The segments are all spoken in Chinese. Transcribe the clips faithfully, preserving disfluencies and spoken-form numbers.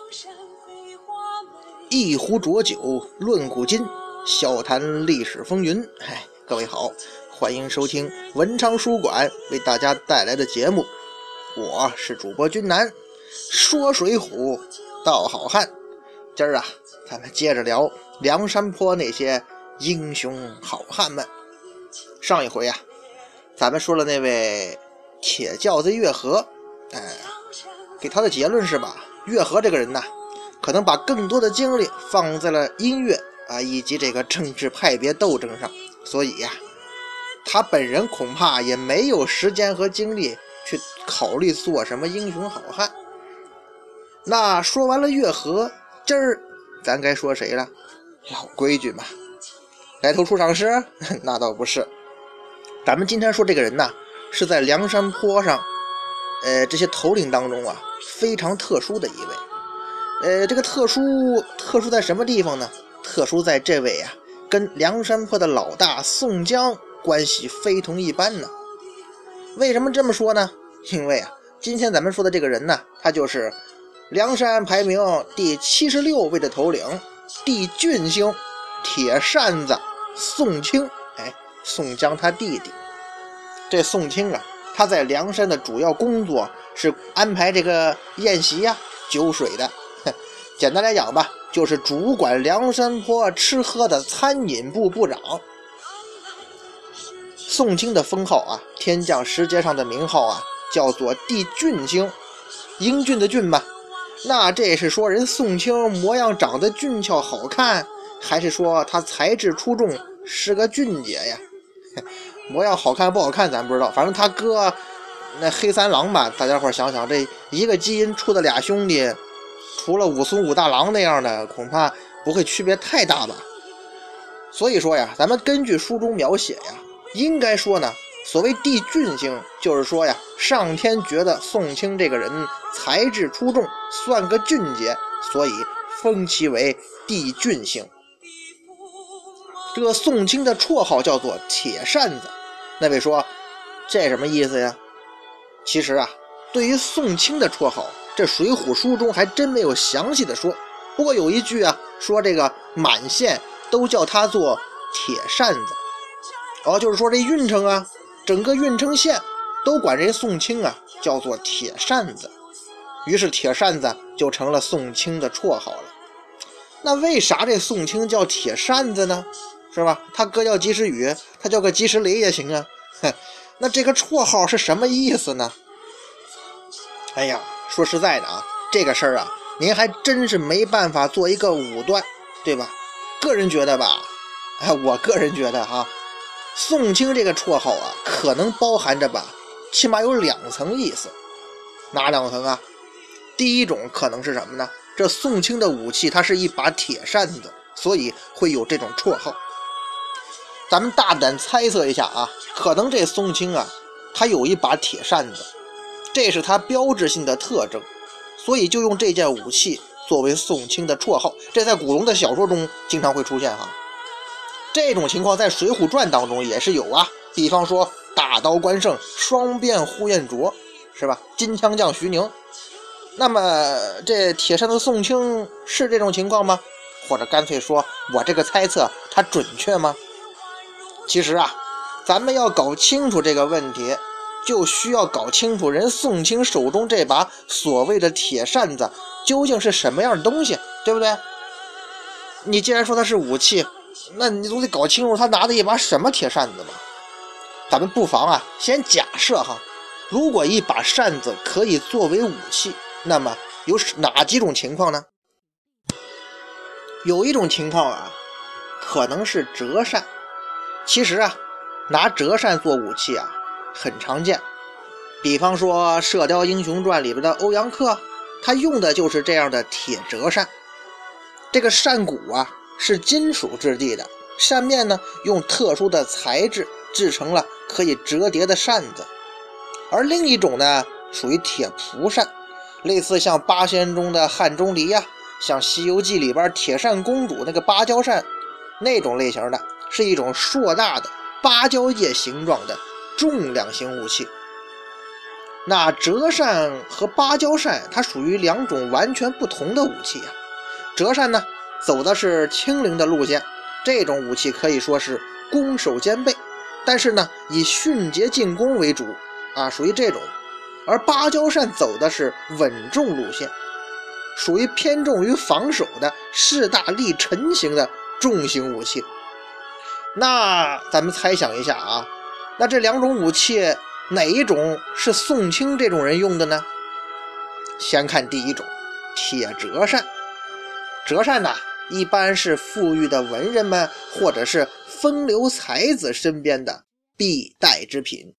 一壶浊酒论古今，笑谈历史风云。哎，各位好，欢迎收听文昌书馆为大家带来的节目，我是主播君南，说水浒道好汉。今儿啊，咱们接着聊梁山泊那些英雄好汉们。上一回啊，咱们说了那位铁轿子月河，哎，给他的结论是吧，月河这个人呐，可能把更多的精力放在了音乐啊以及这个政治派别斗争上，所以呀、啊，他本人恐怕也没有时间和精力去考虑做什么英雄好汉。那说完了月河，今儿咱该说谁了？老规矩嘛，来头出场诗？那倒不是。咱们今天说这个人呢，是在梁山泊上，呃，这些头领当中啊，非常特殊的一位。呃，这个特殊特殊在什么地方呢？特殊在这位啊，跟梁山泊的老大宋江关系非同一般呢。为什么这么说呢？因为啊，今天咱们说的这个人呢，他就是梁山排名第七十六位的头领，帝俊星铁扇子宋清。哎，宋江他弟弟。这宋清啊，他在梁山的主要工作是安排这个宴席呀、啊、酒水的。简单来讲吧，就是主管梁山泊吃喝的餐饮部部长。宋清的封号啊，天降石阶上的名号啊，叫做帝俊星，英俊的俊嘛。那这是说人宋清模样长得俊俏好看，还是说他才智出众是个俊杰呀？模样好看不好看咱不知道，反正他哥那黑三郎吧，大家伙想想，这一个基因出的俩兄弟，除了武松武大郎那样的，恐怕不会区别太大吧。所以说呀，咱们根据书中描写呀，应该说呢，所谓帝俊星，就是说呀，上天觉得宋清这个人才智出众，算个俊杰，所以封其为帝俊星。这个宋清的绰号叫做铁扇子。那位说这什么意思呀？其实啊，对于宋清的绰号，这水浒书中还真没有详细的说。不过有一句啊，说这个满县都叫他做铁扇子。哦，就是说这郓城啊，整个郓城县都管这宋清啊叫做铁扇子。于是铁扇子就成了宋清的绰号了。那为啥这宋清叫铁扇子呢？是吧？他哥叫及时雨，他叫个及时雷也行啊。那这个绰号是什么意思呢？哎呀，说实在的啊，这个事儿啊，您还真是没办法做一个武断，对吧？个人觉得吧，哎，我个人觉得哈，宋清这个绰号啊，可能包含着吧，起码有两层意思。哪两层啊？第一种可能是什么呢？这宋清的武器它是一把铁扇子，所以会有这种绰号。咱们大胆猜测一下啊，可能这宋清啊，他有一把铁扇子，这是他标志性的特征，所以就用这件武器作为宋清的绰号。这在古龙的小说中经常会出现哈。这种情况在《水浒传》当中也是有啊，比方说大刀关胜、双鞭呼延灼，是吧？金枪将徐宁。那么这铁扇子宋清是这种情况吗？或者干脆说我这个猜测它准确吗？其实啊，咱们要搞清楚这个问题，就需要搞清楚人宋清手中这把所谓的铁扇子究竟是什么样的东西，对不对？你既然说它是武器，那你总得搞清楚他拿的一把什么铁扇子吧。咱们不妨啊，先假设哈，如果一把扇子可以作为武器，那么有哪几种情况呢？有一种情况啊，可能是折扇。其实啊，拿折扇做武器啊，很常见。比方说《射雕英雄传》里边的欧阳克，他用的就是这样的铁折扇。这个扇骨啊是金属质地的，扇面呢用特殊的材质制成了可以折叠的扇子。而另一种呢属于铁蒲扇，类似像八仙中的汉钟离呀、啊，像《西游记》里边铁扇公主那个芭蕉扇那种类型的，是一种硕大的芭蕉叶形状的重量型武器。 那折扇和芭蕉扇它属于两种完全不同的武器啊。折扇呢走的是轻灵的路线，这种武器可以说是攻守兼备，但是呢以迅捷进攻为主啊，属于这种。而芭蕉扇走的是稳重路线，属于偏重于防守的势大力沉型的重型武器。那咱们猜想一下啊，那这两种武器哪一种是宋清这种人用的呢？先看第一种，铁折扇。折扇呢一般是富裕的文人们或者是风流才子身边的必带之品。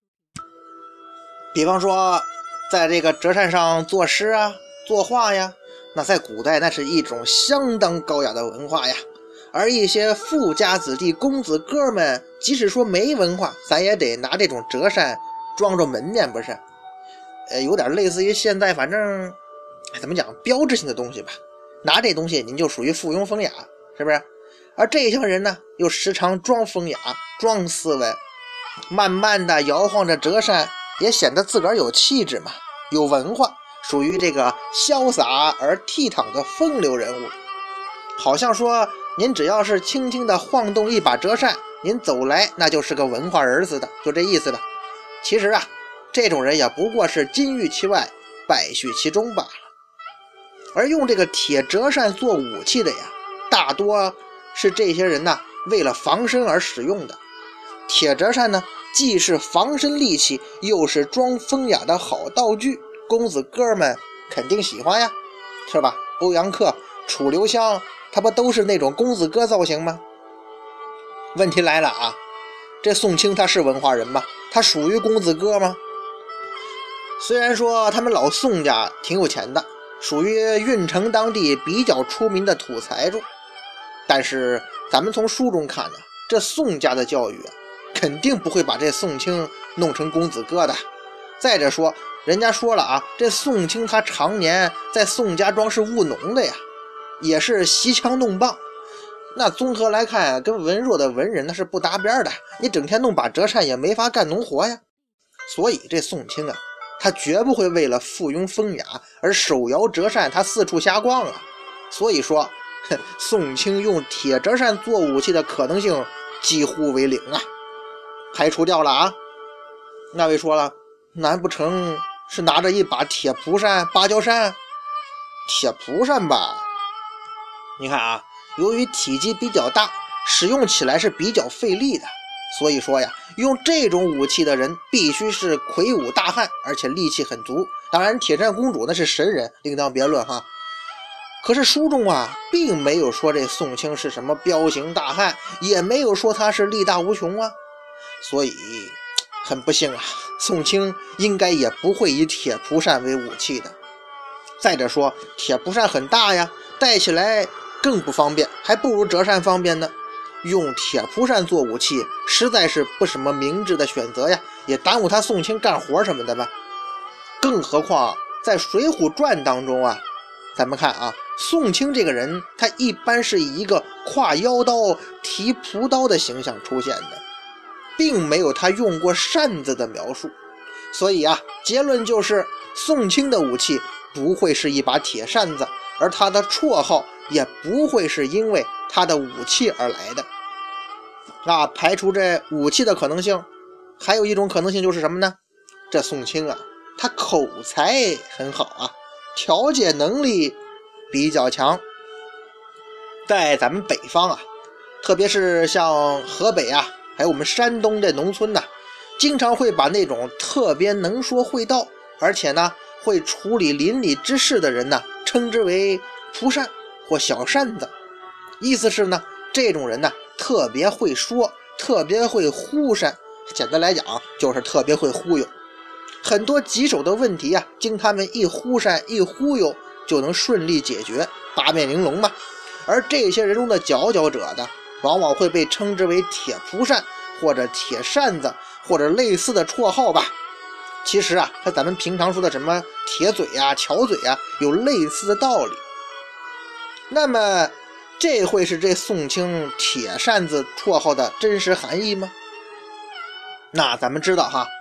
比方说在这个折扇上作诗啊作画呀，那在古代那是一种相当高雅的文化呀。而一些富家子弟公子哥们即使说没文化，咱也得拿这种折扇装着门面，不是呃，有点类似于现在反正怎么讲标志性的东西吧，拿这东西您就属于附庸风雅，是不是？而这些人呢又时常装风雅装斯文，慢慢的摇晃着折扇，也显得自个儿有气质嘛，有文化，属于这个潇洒而倜傥的风流人物。好像说您只要是轻轻的晃动一把折扇，您走来那就是个文化人似的，就这意思吧。其实啊这种人也不过是金玉其外败絮其中罢了。而用这个铁折扇做武器的呀，大多是这些人呢为了防身而使用的。铁折扇呢既是防身利器，又是装风雅的好道具，公子哥们肯定喜欢呀，是吧？欧阳克、楚留香他不都是那种公子哥造型吗？问题来了啊，这宋清他是文化人吗？他属于公子哥吗？虽然说他们老宋家挺有钱的，属于运城当地比较出名的土财主，但是咱们从书中看呢，这宋家的教育啊肯定不会把这宋清弄成公子哥的。再者说人家说了啊，这宋清他常年在宋家庄是务农的呀，也是习枪弄棒，那综合来看啊，跟文弱的文人那是不搭边的，你整天弄把折扇也没法干农活呀。所以这宋清啊他绝不会为了附庸风雅而手摇折扇他四处瞎逛啊。所以说宋清用铁折扇做武器的可能性几乎为零啊，排除掉了啊。那位说了，难不成是拿着一把铁蒲扇芭蕉扇？铁蒲扇吧，你看啊，由于体积比较大，使用起来是比较费力的，所以说呀，用这种武器的人必须是魁梧大汉，而且力气很足。当然铁扇公主那是神人，另当别论哈。可是书中啊并没有说这宋清是什么彪形大汉，也没有说他是力大无穷啊，所以很不幸啊，宋清应该也不会以铁蒲扇为武器的。再者说铁蒲扇很大呀，带起来更不方便，还不如折扇方便呢。用铁蒲扇做武器实在是不什么明智的选择呀，也耽误他宋清干活什么的吧。更何况在水浒传当中啊，咱们看啊，宋清这个人他一般是以一个挎腰刀提蒲刀的形象出现的，并没有他用过扇子的描述。所以啊结论就是宋清的武器不会是一把铁扇子，而他的绰号也不会是因为他的武器而来的。那排除这武器的可能性，还有一种可能性就是什么呢？这宋清啊他口才很好啊，调解能力比较强。在咱们北方啊，特别是像河北啊还有我们山东的农村呢、啊，经常会把那种特别能说会道，而且呢会处理邻里之事的人呢称之为蒲扇或小扇子。意思是呢这种人呢特别会说，特别会忽扇，简单来讲就是特别会忽悠。很多棘手的问题啊，经他们一忽扇一忽悠就能顺利解决，八面玲珑嘛。而这些人中的佼佼者呢，往往会被称之为铁蒲扇或者铁扇子或者类似的绰号吧。其实啊和咱们平常说的什么铁嘴啊巧嘴啊有类似的道理。那么这会是这宋清铁扇子绰号的真实含义吗？那咱们知道哈，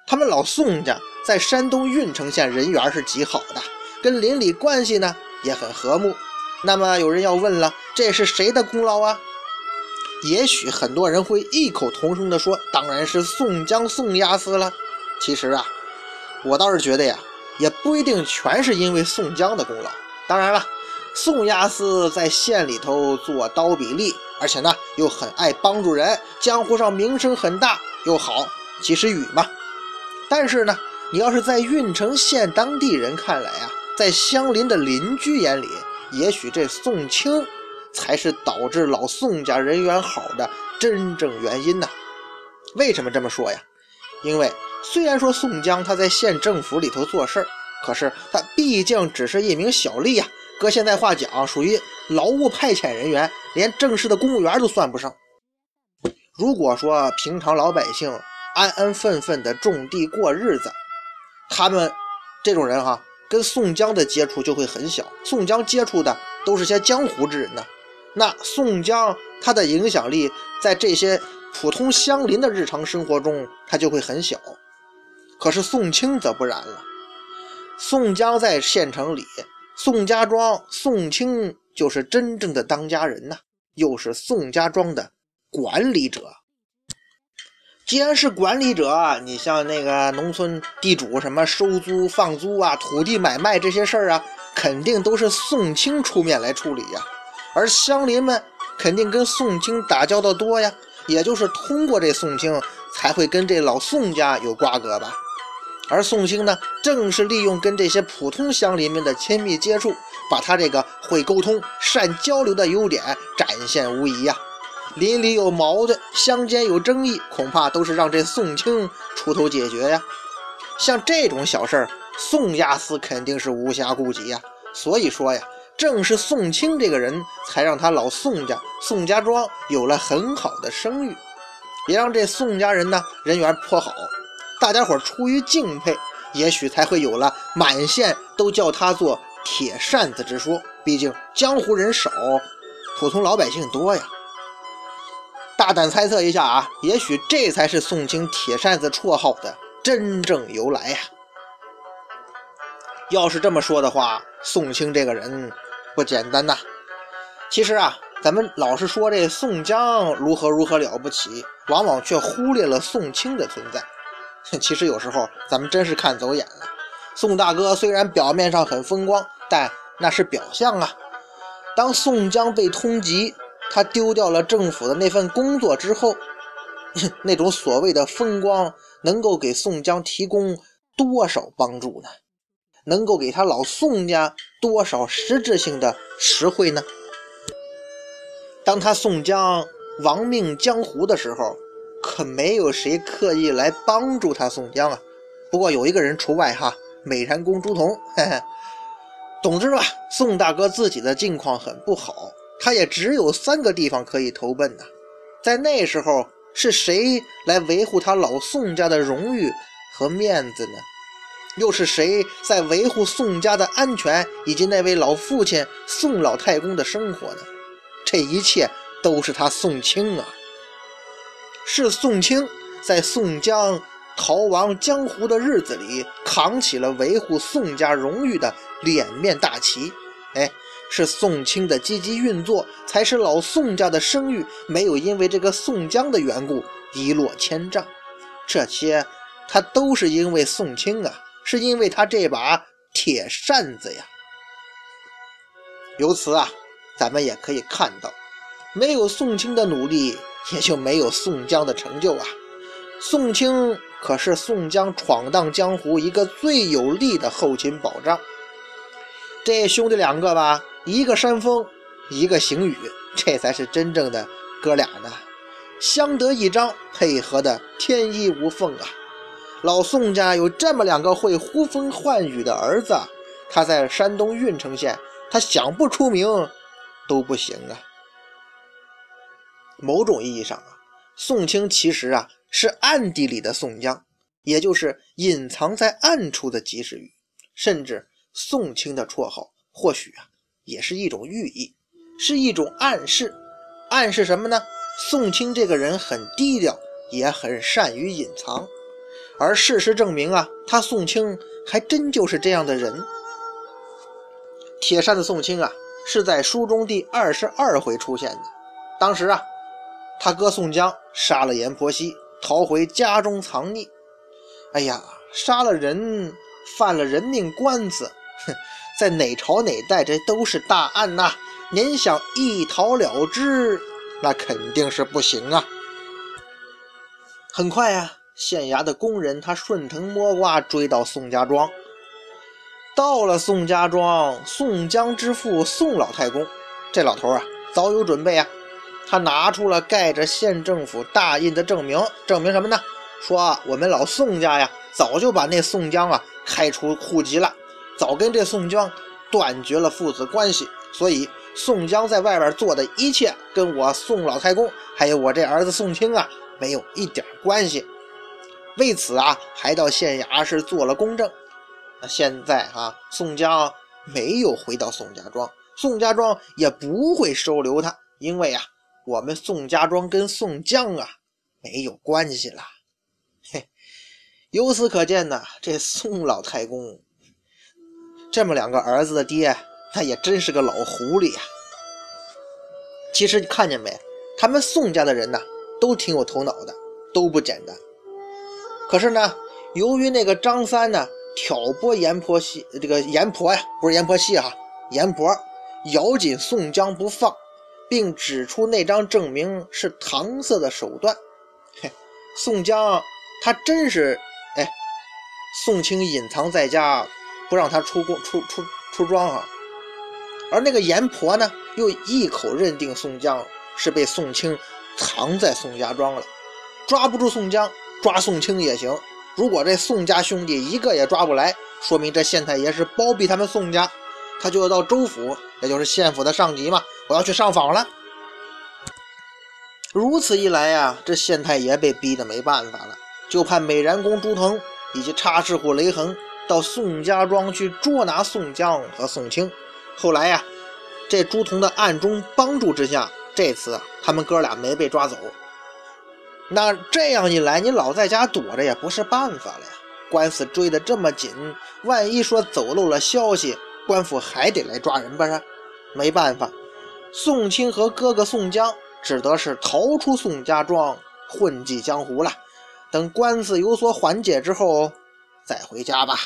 他们老宋家在山东运城县人缘是极好的，跟邻里关系呢也很和睦。那么有人要问了，这是谁的功劳啊？也许很多人会异口同声地说，当然是宋江宋押司了。其实啊，我倒是觉得呀，也不一定全是因为宋江的功劳。当然了，宋押司在县里头做刀笔吏，而且呢又很爱帮助人，江湖上名声很大，又好及时雨嘛。但是呢，你要是在郓城县当地人看来啊，在相邻的邻居眼里，也许这宋清才是导致老宋家人缘好的真正原因呢。为什么这么说呀？因为虽然说宋江他在县政府里头做事儿，可是他毕竟只是一名小吏啊，搁现在话讲属于劳务派遣人员，连正式的公务员都算不上。如果说平常老百姓安安分分的种地过日子，他们这种人哈，跟宋江的接触就会很小。宋江接触的都是些江湖之人呢，那宋江他的影响力在这些普通乡邻的日常生活中他就会很小。可是宋清则不然了，宋江在县城里，宋家庄宋清就是真正的当家人呐，又是宋家庄的管理者。既然是管理者，你像那个农村地主什么收租放租啊，土地买卖这些事儿啊，肯定都是宋清出面来处理呀。而乡邻们肯定跟宋清打交道多呀，也就是通过这宋清才会跟这老宋家有瓜葛吧。而宋清呢，正是利用跟这些普通乡邻们的亲密接触，把他这个会沟通善交流的优点展现无遗呀。邻里有矛盾，乡间有争议，恐怕都是让这宋清出头解决呀。像这种小事儿，宋押司肯定是无暇顾及呀。所以说呀，正是宋清这个人才让他老宋家宋家庄有了很好的声誉，也让这宋家人呢人缘颇好。大家伙出于敬佩，也许才会有了满县都叫他做铁扇子之说。毕竟江湖人少，普通老百姓多呀。大胆猜测一下啊，也许这才是宋清铁扇子绰号的真正由来呀。要是这么说的话，宋清这个人不简单呐。其实啊，咱们老是说这宋江如何如何了不起，往往却忽略了宋清的存在。其实有时候咱们真是看走眼了。宋大哥虽然表面上很风光，但那是表象啊。当宋江被通缉，他丢掉了政府的那份工作之后，那种所谓的风光能够给宋江提供多少帮助呢？能够给他老宋家多少实质性的实惠呢？当他宋江亡命江湖的时候，可没有谁刻意来帮助他宋江啊。不过有一个人除外哈，美髯公朱仝。嘿嘿。总之吧，宋大哥自己的境况很不好，他也只有三个地方可以投奔呢。在那时候，是谁来维护他老宋家的荣誉和面子呢？又是谁在维护宋家的安全以及那位老父亲宋老太公的生活呢？这一切都是他宋清啊。是宋清在宋江逃亡江湖的日子里，扛起了维护宋家荣誉的脸面大旗。哎，是宋清的积极运作，才使老宋家的声誉没有因为这个宋江的缘故一落千丈。这些他都是因为宋清啊，是因为他这把铁扇子呀。由此啊，咱们也可以看到，没有宋清的努力，也就没有宋江的成就啊。宋清可是宋江闯荡江湖一个最有力的后勤保障。这兄弟两个吧，一个山峰，一个行雨，这才是真正的哥俩呢，相得益彰，配合的天衣无缝啊。老宋家有这么两个会呼风唤雨的儿子，他在山东郓城县，他想不出名都不行啊。某种意义上啊，宋清其实啊是暗地里的宋江，也就是隐藏在暗处的及时雨。甚至宋清的绰号或许啊也是一种寓意，是一种暗示。暗示什么呢？宋清这个人很低调，也很善于隐藏。 而事实证明啊，他宋清还真就是这样的人。铁扇的宋清啊，是在书中第二十二回出现的。当时啊，他哥宋江杀了阎婆惜，逃回家中藏匿。哎呀，杀了人，犯了人命官司，在哪朝哪代这都是大案呐、啊。您想一逃了之，那肯定是不行啊。很快啊，县衙的工人他顺藤摸瓜追到宋家庄。到了宋家庄，宋江之父宋老太公，这老头啊早有准备啊。他拿出了盖着县政府大印的证明，证明什么呢？说啊，我们老宋家呀，早就把那宋江啊开除户籍了，早跟这宋江断绝了父子关系，所以宋江在外边做的一切跟我宋老太公还有我这儿子宋清啊没有一点关系。为此啊，还到县衙是做了公证。那现在啊，宋江没有回到宋家庄，宋家庄也不会收留他，因为啊，我们宋家庄跟宋江啊没有关系了。嘿，由此可见呢，这宋老太公这么两个儿子的爹，那也真是个老狐狸呀、啊。其实你看见没，他们宋家的人呢，都挺有头脑的，都不简单。可是呢，由于那个张三呢挑拨阎婆惜，这个阎婆呀，不是阎婆惜哈，阎婆咬紧宋江不放，并指出那张证明是搪塞的手段。嘿，宋江他真是哎，宋清隐藏在家，不让他出出出出庄啊。而那个阎婆呢，又一口认定宋江是被宋清藏在宋家庄了，抓不住宋江，抓宋清也行。如果这宋家兄弟一个也抓不来，说明这县太爷是包庇他们宋家，他就要到州府，也就是县府的上级嘛，我要去上访了。如此一来呀，这县太爷被逼得没办法了，就派美髯公朱腾以及插翅虎雷横到宋家庄去捉拿宋江和宋清。后来呀，这朱仝的暗中帮助之下，这次啊，他们哥俩没被抓走。那这样一来，你老在家躲着也不是办法了呀。官司追得这么紧，万一说走漏了消息，官府还得来抓人吧？是没办法，宋清和哥哥宋江只得是逃出宋家庄，混迹江湖了。等官司有所缓解之后，再回家吧。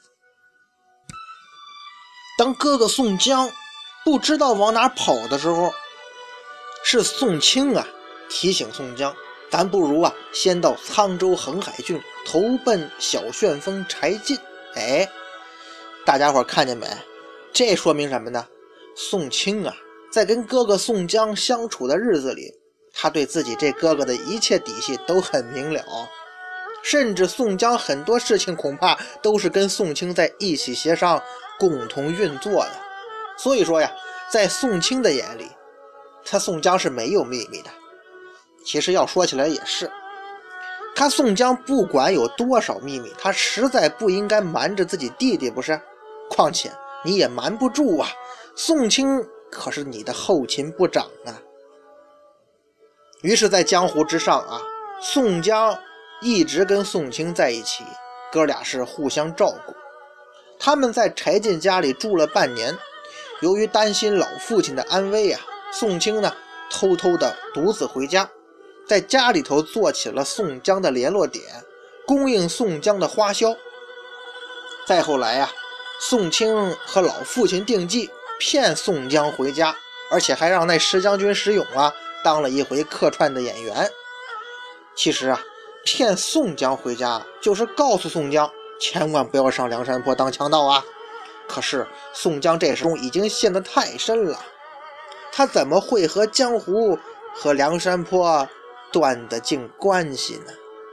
当哥哥宋江不知道往哪跑的时候，是宋清啊提醒宋江，咱不如啊先到沧州横海郡投奔小旋风柴进。哎，大家伙看见没？这说明什么呢？宋清啊在跟哥哥宋江相处的日子里，他对自己这哥哥的一切底细都很明了，甚至宋江很多事情恐怕都是跟宋清在一起协商共同运作的。所以说呀，在宋清的眼里，他宋江是没有秘密的。其实要说起来也是，他宋江不管有多少秘密，他实在不应该瞒着自己弟弟，不是？况且你也瞒不住啊，宋清可是你的后勤部长啊。于是在江湖之上啊，宋江一直跟宋清在一起，哥俩是互相照顾。他们在柴进家里住了半年，由于担心老父亲的安危啊，宋清呢偷偷的独自回家，在家里头做起了宋江的联络点，供应宋江的花销。再后来啊，宋清和老父亲定计，骗宋江回家，而且还让那石将军石勇啊当了一回客串的演员。其实啊，骗宋江回家就是告诉宋江千万不要上梁山泊当强盗啊。可是宋江这时候已经陷得太深了，他怎么会和江湖和梁山泊断得进关系呢？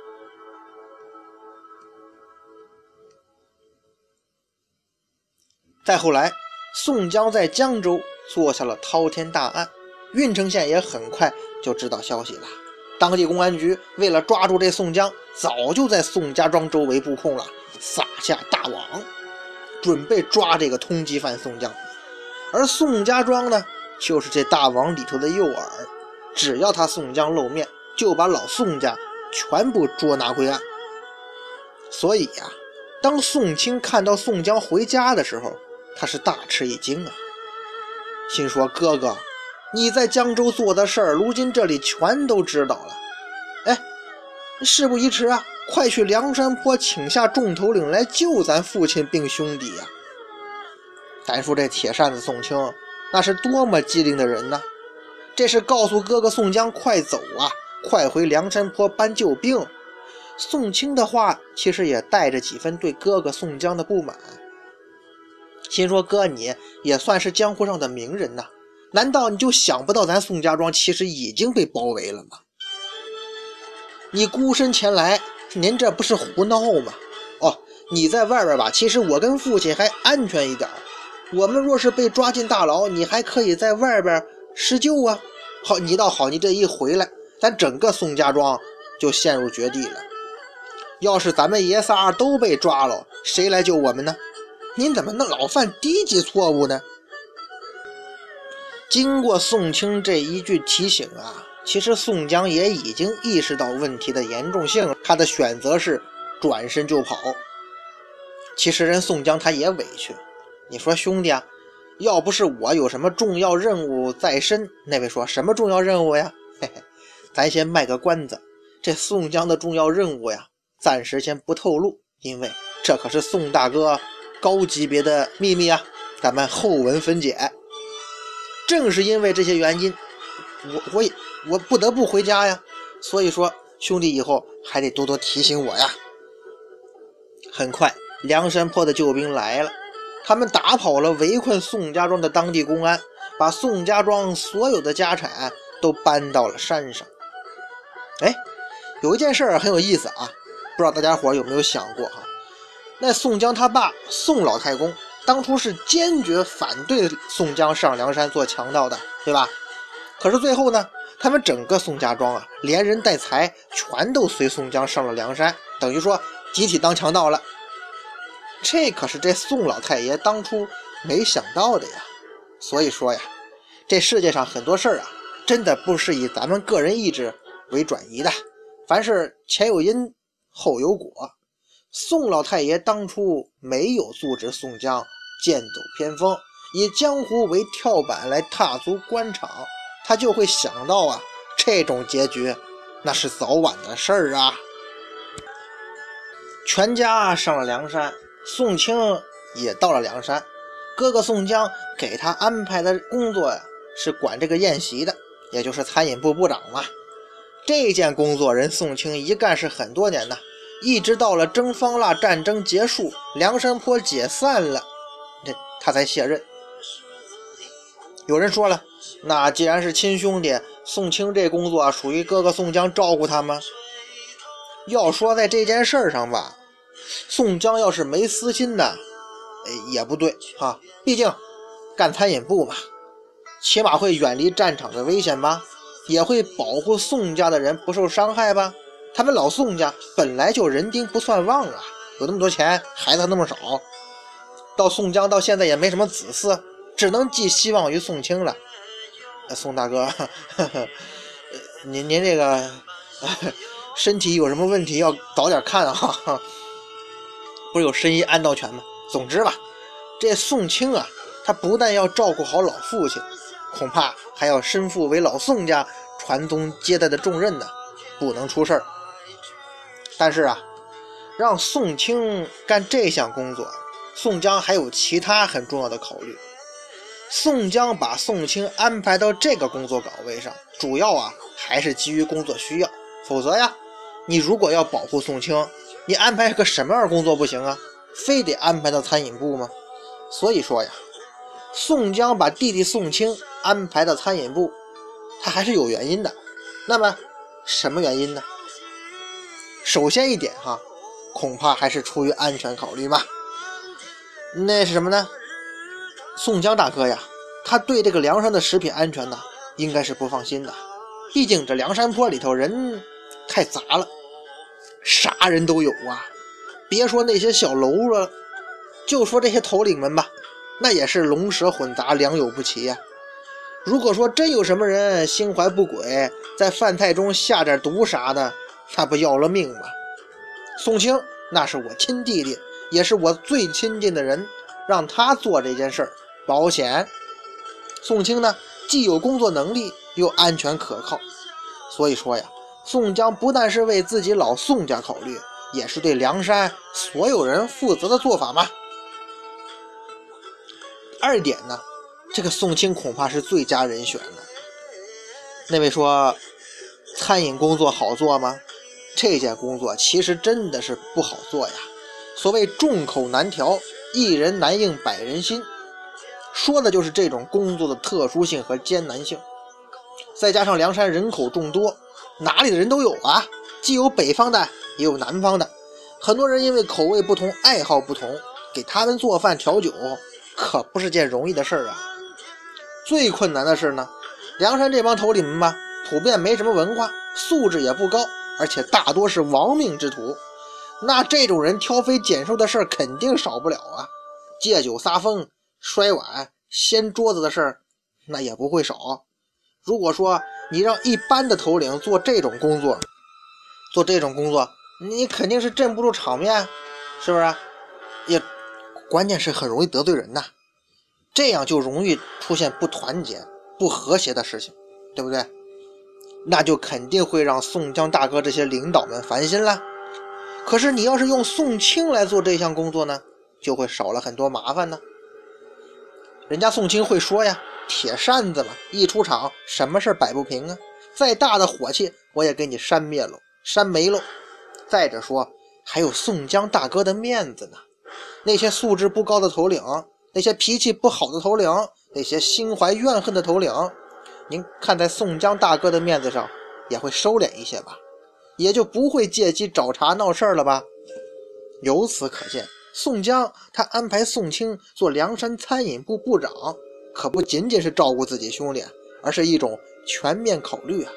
再后来，宋江在江州做下了滔天大案，郓城县也很快就知道消息了。当地公安局为了抓住这宋江，早就在宋家庄周围布控了，撒下大网，准备抓这个通缉犯宋江。而宋家庄呢，就是这大网里头的诱饵，只要他宋江露面，就把老宋家全部捉拿归案。 所以呀、啊，当宋清看到宋江回家的时候，他是大吃一惊啊，心说哥哥，你在江州做的事儿，如今这里全都知道了。哎，事不宜迟啊，快去梁山坡请下众头领来救咱父亲并兄弟呀、啊！咱说这铁扇子宋清那是多么机灵的人呢，这是告诉哥哥宋江快走啊，快回梁山坡搬救兵。宋清的话其实也带着几分对哥哥宋江的不满，心说哥你也算是江湖上的名人呐，难道你就想不到咱宋家庄其实已经被包围了吗？你孤身前来，您这不是胡闹吗？哦，你在外边吧，其实我跟父亲还安全一点，我们若是被抓进大牢，你还可以在外边施救啊。好，你倒好，你这一回来，咱整个宋家庄就陷入绝地了。要是咱们爷仨都被抓了，谁来救我们呢？您怎么能老犯低级错误呢？经过宋清这一句提醒啊，其实宋江也已经意识到问题的严重性，他的选择是转身就跑。其实人宋江他也委屈，你说兄弟啊，要不是我有什么重要任务在身，那位说什么重要任务呀？嘿嘿，咱先卖个关子，这宋江的重要任务呀，暂时先不透露，因为这可是宋大哥高级别的秘密啊，咱们后文分解。正是因为这些原因，我我也我不得不回家呀，所以说兄弟以后还得多多提醒我呀。很快梁山坡的救兵来了，他们打跑了围困宋家庄的当地公安，把宋家庄所有的家产都搬到了山上。哎，有一件事很有意思啊，不知道大家伙有没有想过哈？那宋江他爸宋老太公当初是坚决反对宋江上梁山做强盗的，对吧？可是最后呢，他们整个宋家庄啊，连人带财全都随宋江上了梁山，等于说集体当强盗了。这可是这宋老太爷当初没想到的呀。所以说呀，这世界上很多事儿啊，真的不是以咱们个人意志为转移的，凡是前有因后有果。宋老太爷当初没有阻止宋江剑走偏锋，以江湖为跳板来踏足官场，他就会想到啊，这种结局那是早晚的事儿啊。全家上了梁山，宋清也到了梁山，哥哥宋江给他安排的工作呀，是管这个宴席的，也就是餐饮部部长嘛。这件工作人宋清一干是很多年呐，一直到了征方腊战争结束，梁山坡解散了，这他才卸任。有人说了，那既然是亲兄弟，宋清这工作属于哥哥宋江照顾他吗？要说在这件事上吧，宋江要是没私心的也不对啊，毕竟干餐饮部嘛，起码会远离战场的危险吧，也会保护宋家的人不受伤害吧。他们老宋家本来就人丁不算旺啊，有那么多钱，孩子那么少，到宋江到现在也没什么子嗣，只能寄希望于宋清了。宋大哥，呵呵，您您这个身体有什么问题要早点看啊，不是有申医安道全吗？总之吧，这宋清啊，他不但要照顾好老父亲，恐怕还要身负为老宋家传宗接代的重任呢，不能出事儿。但是啊，让宋清干这项工作，宋江还有其他很重要的考虑。宋江把宋清安排到这个工作岗位上，主要啊还是基于工作需要，否则呀，你如果要保护宋清，你安排个什么样的工作不行啊？非得安排到餐饮部吗？所以说呀，宋江把弟弟宋清安排到餐饮部，他还是有原因的。那么什么原因呢？首先一点哈，恐怕还是出于安全考虑嘛。那是什么呢？宋江大哥呀，他对这个梁山的食品安全呢，应该是不放心的。毕竟这梁山坡里头人太杂了，啥人都有啊。别说那些小喽啰，就说这些头领们吧，那也是龙蛇混杂，良莠不齐呀。如果说真有什么人心怀不轨，在饭菜中下点毒啥的，那不要了命吗？宋清那是我亲弟弟，也是我最亲近的人，让他做这件事儿保险。宋清呢，既有工作能力，又安全可靠。所以说呀，宋江不但是为自己老宋家考虑，也是对梁山所有人负责的做法嘛。二点呢，这个宋清恐怕是最佳人选了。那位说餐饮工作好做吗？这件工作其实真的是不好做呀。所谓众口难调，一人难应百人心，说的就是这种工作的特殊性和艰难性。再加上梁山人口众多，哪里的人都有啊，既有北方的，也有南方的。很多人因为口味不同，爱好不同，给他们做饭调酒可不是件容易的事儿啊。最困难的是呢，梁山这帮头领们吧，普遍没什么文化，素质也不高，而且大多是亡命之徒。那这种人挑肥拣瘦的事儿肯定少不了啊，借酒撒疯、摔碗、掀桌子的事儿那也不会少。如果说你让一般的头领做这种工作，做这种工作，你肯定是镇不住场面，是不是？也关键是很容易得罪人呐，这样就容易出现不团结、不和谐的事情，对不对？那就肯定会让宋江大哥这些领导们烦心了。可是你要是用宋清来做这项工作呢，就会少了很多麻烦呢。人家宋清会说呀，铁扇子嘛，一出场什么事摆不平啊，再大的火气我也给你扇灭了，扇没了。再者说还有宋江大哥的面子呢，那些素质不高的头领，那些脾气不好的头领，那些心怀怨恨的头领，您看在宋江大哥的面子上也会收敛一些吧，也就不会借机找茬闹事了吧。由此可见，宋江他安排宋清做梁山餐饮部部长，可不仅仅是照顾自己兄弟，而是一种全面考虑啊。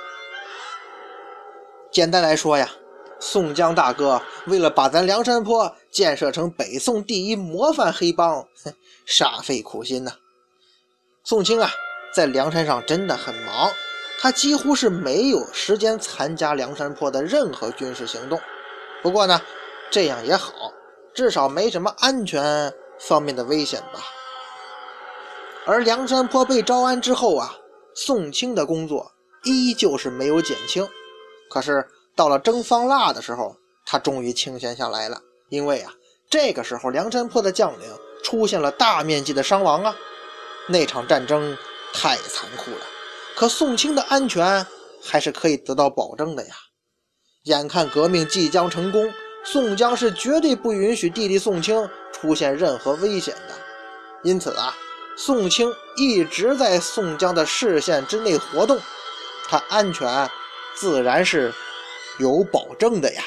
简单来说呀，宋江大哥为了把咱梁山泊建设成北宋第一模范黑帮，煞费苦心呐、啊。宋清啊，在梁山上真的很忙，他几乎是没有时间参加梁山泊的任何军事行动。不过呢，这样也好，至少没什么安全方面的危险吧。而梁山泊被招安之后啊，宋清的工作依旧是没有减轻。可是到了征方腊的时候，他终于清闲下来了。因为啊，这个时候梁山泊的将领出现了大面积的伤亡啊，那场战争太残酷了。可宋清的安全还是可以得到保证的呀。眼看革命即将成功，宋江是绝对不允许弟弟宋清出现任何危险的。因此啊，宋清一直在宋江的视线之内活动，他安全自然是有保证的呀。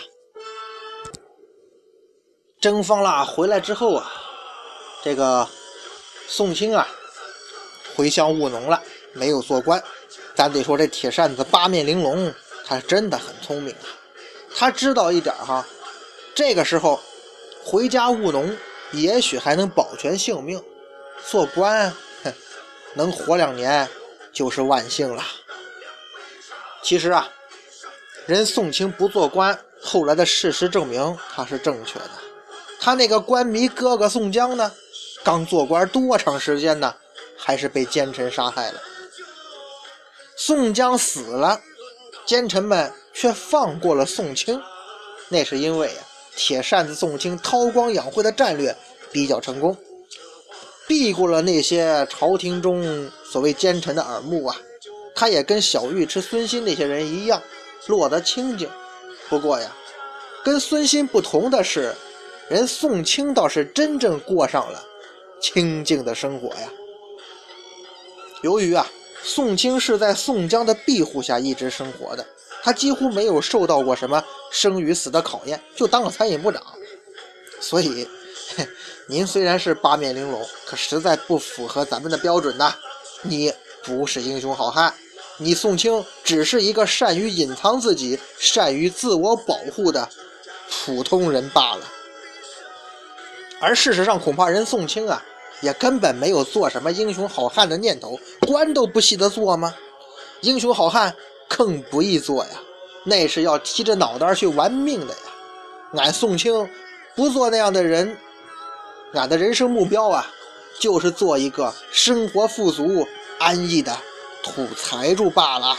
征方腊回来之后啊，这个宋清啊回乡务农了，没有做官。咱得说这铁扇子八面玲珑，他真的很聪明啊。他知道一点哈，这个时候回家务农也许还能保全性命，做官哼，能活两年就是万幸了。其实啊，人宋清不做官，后来的事实证明他是正确的。他那个官迷哥哥宋江呢，刚做官多长时间呢，还是被奸臣杀害了。宋江死了，奸臣们却放过了宋清，那是因为啊，铁扇子宋清韬光养晦的战略比较成功，避过了那些朝廷中所谓奸臣的耳目啊。他也跟小尉迟、孙新那些人一样，落得清净。不过呀，跟孙新不同的是，人宋清倒是真正过上了清静的生活呀。由于啊，宋清是在宋江的庇护下一直生活的，他几乎没有受到过什么生与死的考验，就当个餐饮部长。所以您虽然是八面玲珑，可实在不符合咱们的标准呐。你不是英雄好汉，你宋清只是一个善于隐藏自己、善于自我保护的普通人罢了。而事实上恐怕人宋清啊，也根本没有做什么英雄好汉的念头，官都不惜得做吗？英雄好汉更不易做呀，那是要提着脑袋去玩命的呀。 俺宋清不做那样的人，俺的人生目标啊，就是做一个生活富足、安逸的土财主罢了。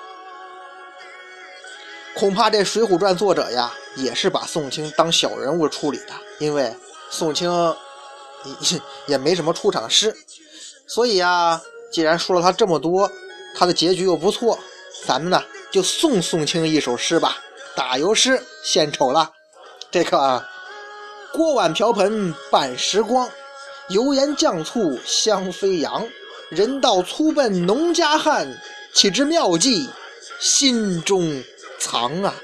恐怕这《水浒传》作者呀，也是把宋清当小人物处理的，因为宋清也也没什么出场诗，所以呀，既然说了他这么多，他的结局又不错，咱们呢就送宋清一首诗吧。打油诗献丑了，这个啊，锅碗瓢盆半时光，油盐酱醋香飞扬，人道粗笨农家汉，岂知妙计心中藏啊。